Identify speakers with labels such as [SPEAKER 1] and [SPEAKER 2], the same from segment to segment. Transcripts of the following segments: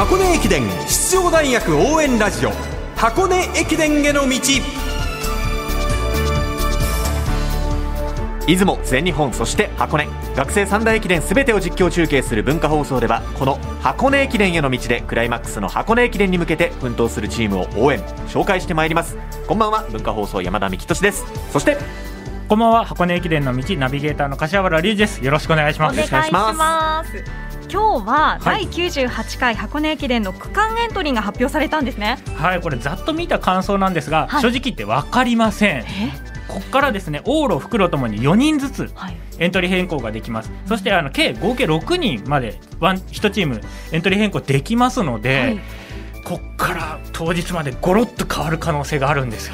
[SPEAKER 1] 箱根駅伝出場大学応援ラジオ、箱根駅伝への道。
[SPEAKER 2] 出雲、全日本、そして箱根、学生三大駅伝すべてを実況中継する文化放送では、この箱根駅伝への道でクライマックスの箱根駅伝に向けて奮闘するチームを応援紹介してまいります。こんばんは、文化放送山田美希俊です。そして
[SPEAKER 3] こんばんは、箱根駅伝の道ナビゲーターの柏原隆二です。よろしくお願いします。
[SPEAKER 4] お願いします。今日は第98回箱根駅伝の区間エントリーが発表されたんですね。
[SPEAKER 3] はい、これざっと見た感想なんですが、
[SPEAKER 4] はい、
[SPEAKER 3] 正直言って分かりません。ここからですね、往路復路ともに4人ずつエントリー変更ができます。そして合計6人まで1チームエントリー変更できますので、ここから当日までゴロッと変わる可能性があるんですよ。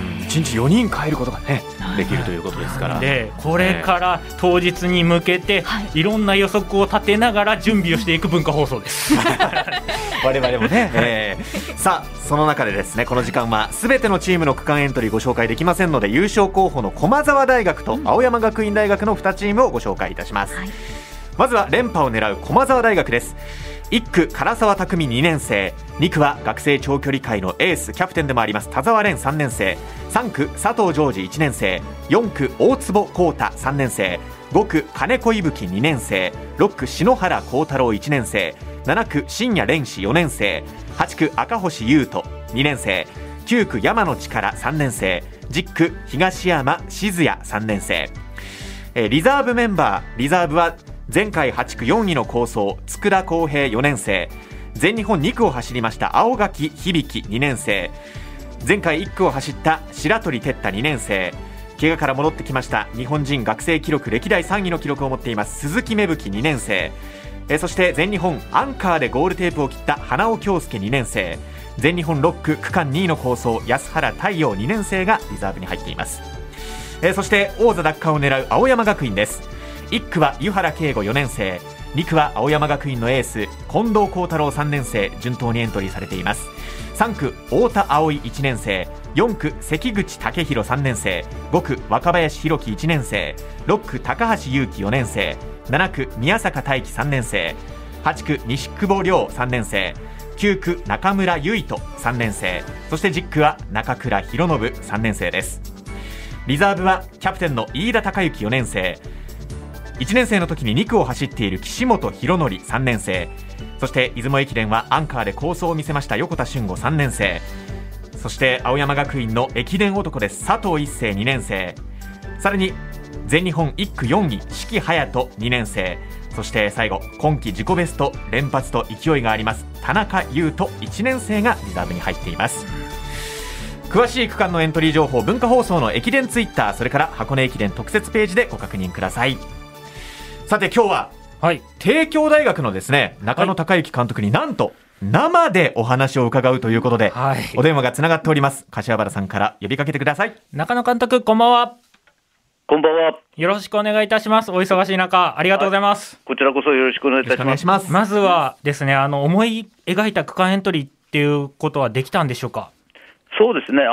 [SPEAKER 2] 1日4人変えることがねできるということですから、
[SPEAKER 3] でこれから当日に向けていろんな予測を立てながら準備をしていく文化放送です
[SPEAKER 2] 我々もね、さあその中でですね、この時間はすべてのチームの区間エントリーご紹介できませんので、優勝候補の駒澤大学と青山学院大学の2チームをご紹介いたします。まずは連覇を狙う駒澤大学です。1区唐沢拓海2年生、2区は学生長距離界のエースキャプテンでもあります田澤廉3年生、3区佐藤ジョージ1年生、4区大坪幸太3年生、5区金子伊吹2年生、6区篠原幸太郎1年生、7区新谷蓮志4年生、8区赤星優斗2年生、9区山野力3年生、10区東山静也3年生。リザーブメンバー、リザーブは前回8区4位の好走佃康平4年生、全日本2区を走りました青垣響2年生、前回1区を走った白鳥哲太2年生、怪我から戻ってきました日本人学生記録歴代3位の記録を持っています鈴木芽吹2年生、そして全日本アンカーでゴールテープを切った花尾恭介2年生、全日本6区区間2位の好走安原太陽2年生がリザーブに入っています。そして王座奪還を狙う青山学院です。1区は湯原圭吾4年生、2区は青山学院のエース近藤幸太郎3年生、順当にエントリーされています。3区太田葵1年生、4区関口武弘3年生、5区若林弘樹1年生、6区高橋優輝4年生、7区宮坂大輝3年生、8区西久保亮3年生、9区中村唯斗3年生、そして10区は中倉弘信3年生です。リザーブはキャプテンの飯田孝之4年生、1年生の時に2区を走っている岸本博則3年生、そして出雲駅伝はアンカーで好走を見せました横田俊吾3年生、そして青山学院の駅伝男です佐藤一世2年生、さらに全日本1区4位四季隼人2年生、そして最後今季自己ベスト連発と勢いがあります田中優斗1年生がリザーブに入っています。詳しい区間のエントリー情報、文化放送の駅伝ツイッター、それから箱根駅伝特設ページでご確認ください。さて今日は、帝京大学のですね中野孝之監督になんと生でお話を伺うということで、お電話がつながっております。柏原さんから呼びかけてください。
[SPEAKER 3] 中野監督、こんばんは。
[SPEAKER 5] こんばんは。
[SPEAKER 3] よろしくお願いいたします。お忙しい中ありがとうございます。
[SPEAKER 5] こちらこそよろしくお願いいたします。
[SPEAKER 3] まずはですね、思い描いた区間エントリーっていうことはできたんでしょうか。
[SPEAKER 5] そうですね、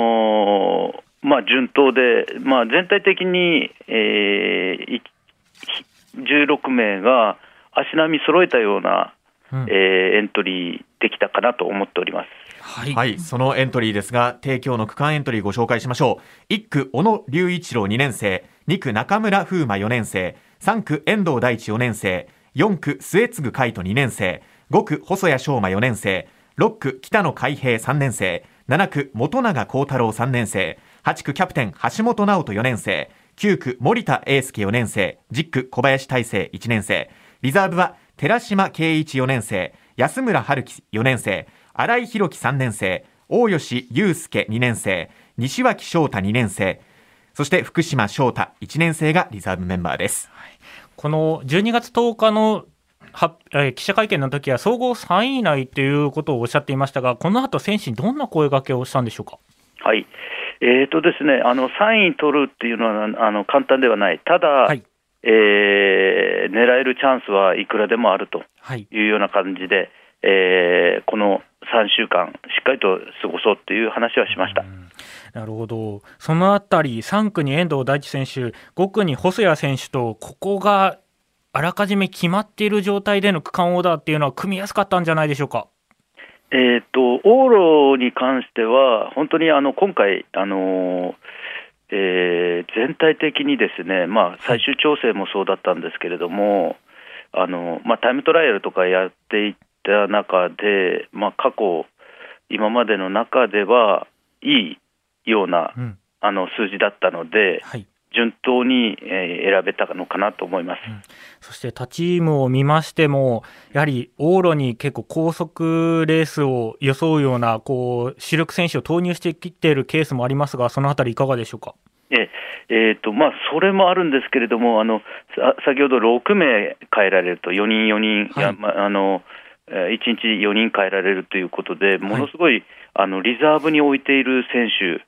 [SPEAKER 5] 順当で、全体的に、16名が足並み揃えたような、エントリーできたかなと思っております。
[SPEAKER 2] そのエントリーですが、帝京の区間エントリーご紹介しましょう。1区小野龍一郎2年生、2区中村風磨4年生、3区遠藤大地4年生、4区末次海斗2年生、5区細谷翔馬4年生、6区北野海平3年生、7区本永幸太郎3年生、8区キャプテン橋本直人4年生、9区森田英介4年生、10区小林大成1年生、リザーブは寺島圭一4年生、安村春樹4年生、新井宏樹3年生、大吉祐介2年生、西脇翔太2年生、そして福島翔太1年生がリザーブメンバーです。
[SPEAKER 3] この12月10日の記者会見の時は総合3位以内ということをおっしゃっていましたが、この後選手にどんな声掛けをしたんでしょうか。
[SPEAKER 5] ですね、3位取るっていうのは簡単ではない。ただ、狙えるチャンスはいくらでもあるというような感じで、この3週間しっかりと過ごそうという話はしました。
[SPEAKER 3] なるほど。そのあたり3区に遠藤大地選手、5区に細谷選手と、ここがあらかじめ決まっている状態での区間オーダーっていうのは組みやすかったんじゃないでしょうか。
[SPEAKER 5] 往路に関しては本当に今回、全体的にですね、最終調整もそうだったんですけれども、タイムトライアルとかやっていった中で、過去今までの中ではいいような、数字だったので、順当に選べたのかなと思います。
[SPEAKER 3] そして他チームを見ましても、やはり往路に結構高速レースを装うような主力選手を投入してきているケースもありますが、そのあたりいかがでしょうか。
[SPEAKER 5] それもあるんですけれども、先ほど6名変えられると、4人、1日4人変えられるということで、ものすごい、リザーブに置いている選手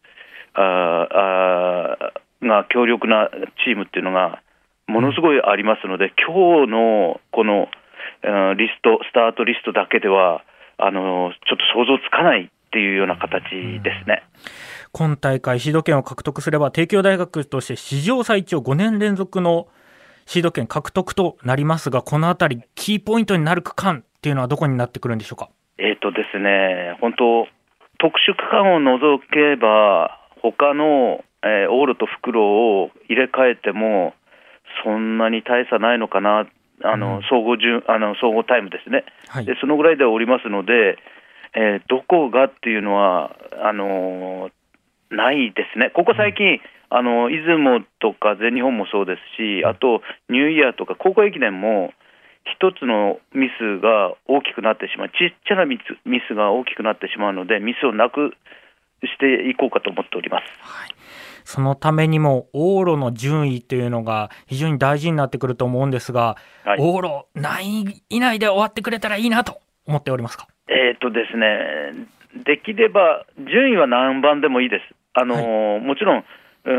[SPEAKER 5] が強力なチームっていうのがものすごいありますので、今日のこのスタートリストだけではちょっと想像つかないっていうような形ですね。
[SPEAKER 3] 今大会シード権を獲得すれば帝京大学として史上最長5年連続のシード権獲得となりますが、このあたりキーポイントになる区間っていうのはどこになってくるんでしょうか。
[SPEAKER 5] ですね、本当特殊区間を除けば他の往路と復路を入れ替えてもそんなに大差ないのかな、総合タイムですね、でそのぐらいでおりますので、どこがっていうのはないですね。ここ最近出雲とか全日本もそうですし、あとニューイヤーとか高校駅伝も一つのミスが大きくなってしまう、ちっちゃなミスが大きくなってしまうので、ミスをなくしていこうかと思っております。
[SPEAKER 3] そのためにも往路の順位というのが非常に大事になってくると思うんですが、往路何位以内で終わってくれたらいいなと思っておりますか。
[SPEAKER 5] ですね、できれば順位は何番でもいいです。もちろん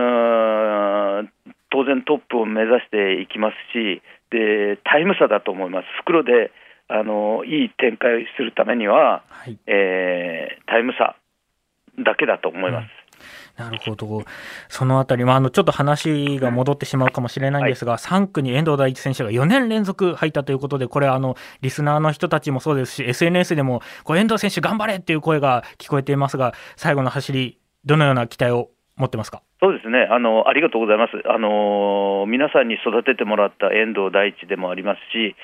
[SPEAKER 5] 当然トップを目指していきますし、でタイム差だと思います。復路でいい展開をするためには、タイム差だけだと思います。
[SPEAKER 3] なるほど。そのあたり、ちょっと話が戻ってしまうかもしれないんですが、3区に遠藤大地選手が4年連続入ったということで、これリスナーの人たちもそうですし SNS でも遠藤選手頑張れっていう声が聞こえていますが、最後の走りどのような期待を持ってますか。
[SPEAKER 5] そうですね、ありがとうございます。皆さんに育ててもらった遠藤大地でもありますし、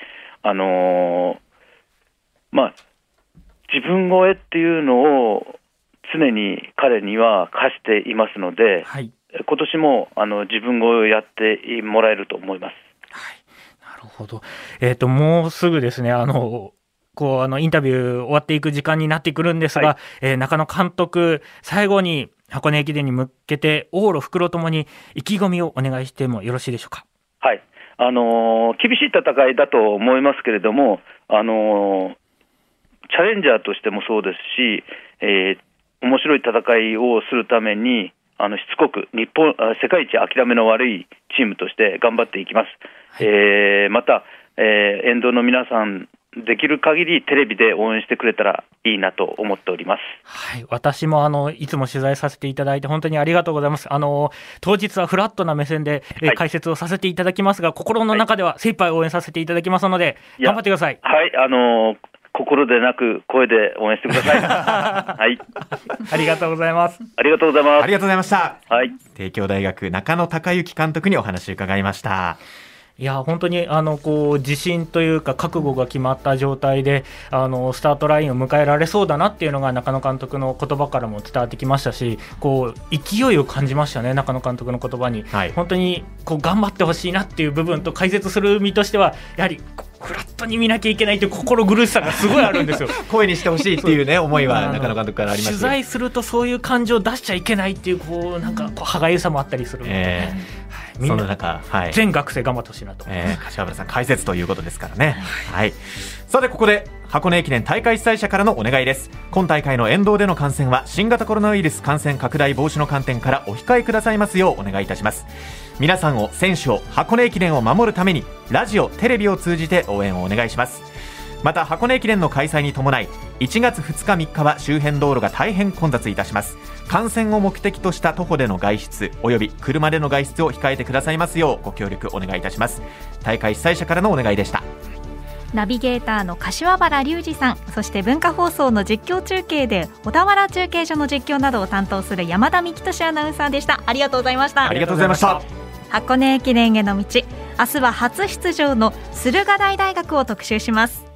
[SPEAKER 5] 自分超えっていうのを常に彼には課していますので、今年も自分超えをやってもらえると思います。
[SPEAKER 3] なるほど。もうすぐですね、インタビュー終わっていく時間になってくるんですが、中野監督、最後に箱根駅伝に向けて往路復路ともに意気込みをお願いしてもよろしいでしょうか。
[SPEAKER 5] 厳しい戦いだと思いますけれども、チャレンジャーとしてもそうですし、面白い戦いをするためにしつこく世界一諦めの悪いチームとして頑張っていきます。また、沿道の皆さんできる限りテレビで応援してくれたらいいなと思っております。
[SPEAKER 3] 私もいつも取材させていただいて本当にありがとうございます。当日はフラットな目線で、解説をさせていただきますが、心の中では精一杯応援させていただきますので、頑張ってください。
[SPEAKER 5] 心でなく声で応援してください。
[SPEAKER 3] ありがとうございます。
[SPEAKER 5] ありがとうございます。
[SPEAKER 2] ありがとうございました。帝京大学中野孝之監督にお話を伺いました。
[SPEAKER 3] いや本当に自信というか覚悟が決まった状態でスタートラインを迎えられそうだなっていうのが中野監督の言葉からも伝わってきましたし、勢いを感じましたね、中野監督の言葉に。本当に頑張ってほしいなっていう部分と、解説する身としてはやはりフラットに見なきゃいけないという心苦しさがすごいあるんですよ。
[SPEAKER 2] 声にしてほしいっていうね思いは中野監督からあります。
[SPEAKER 3] 取材するとそういう感情を出しちゃいけないっていう歯がゆさもあったりするので、みんな全学生頑張ってほしいなと、
[SPEAKER 2] 柏原さん解説ということですからね。さてここで箱根駅伝大会主催者からのお願いです。今大会の沿道での観戦は新型コロナウイルス感染拡大防止の観点からお控えくださいますようお願いいたします。皆さんを、選手を、箱根駅伝を守るためにラジオテレビを通じて応援をお願いします。また箱根駅伝の開催に伴い1月2日3日は周辺道路が大変混雑いたします。 観戦を目的とした徒歩での外出および車での外出を控えてくださいますようご協力お願いいたします。大会主催者からのお願いでした。
[SPEAKER 4] ナビゲーターの柏原隆二さん、そして文化放送の実況中継で小田原中継所の実況などを担当する山田美希俊アナウンサーでした。ありがとうございました。
[SPEAKER 2] ありがとうございました。
[SPEAKER 4] 箱根駅伝への道、明日は初出場の駿河台大学を特集します。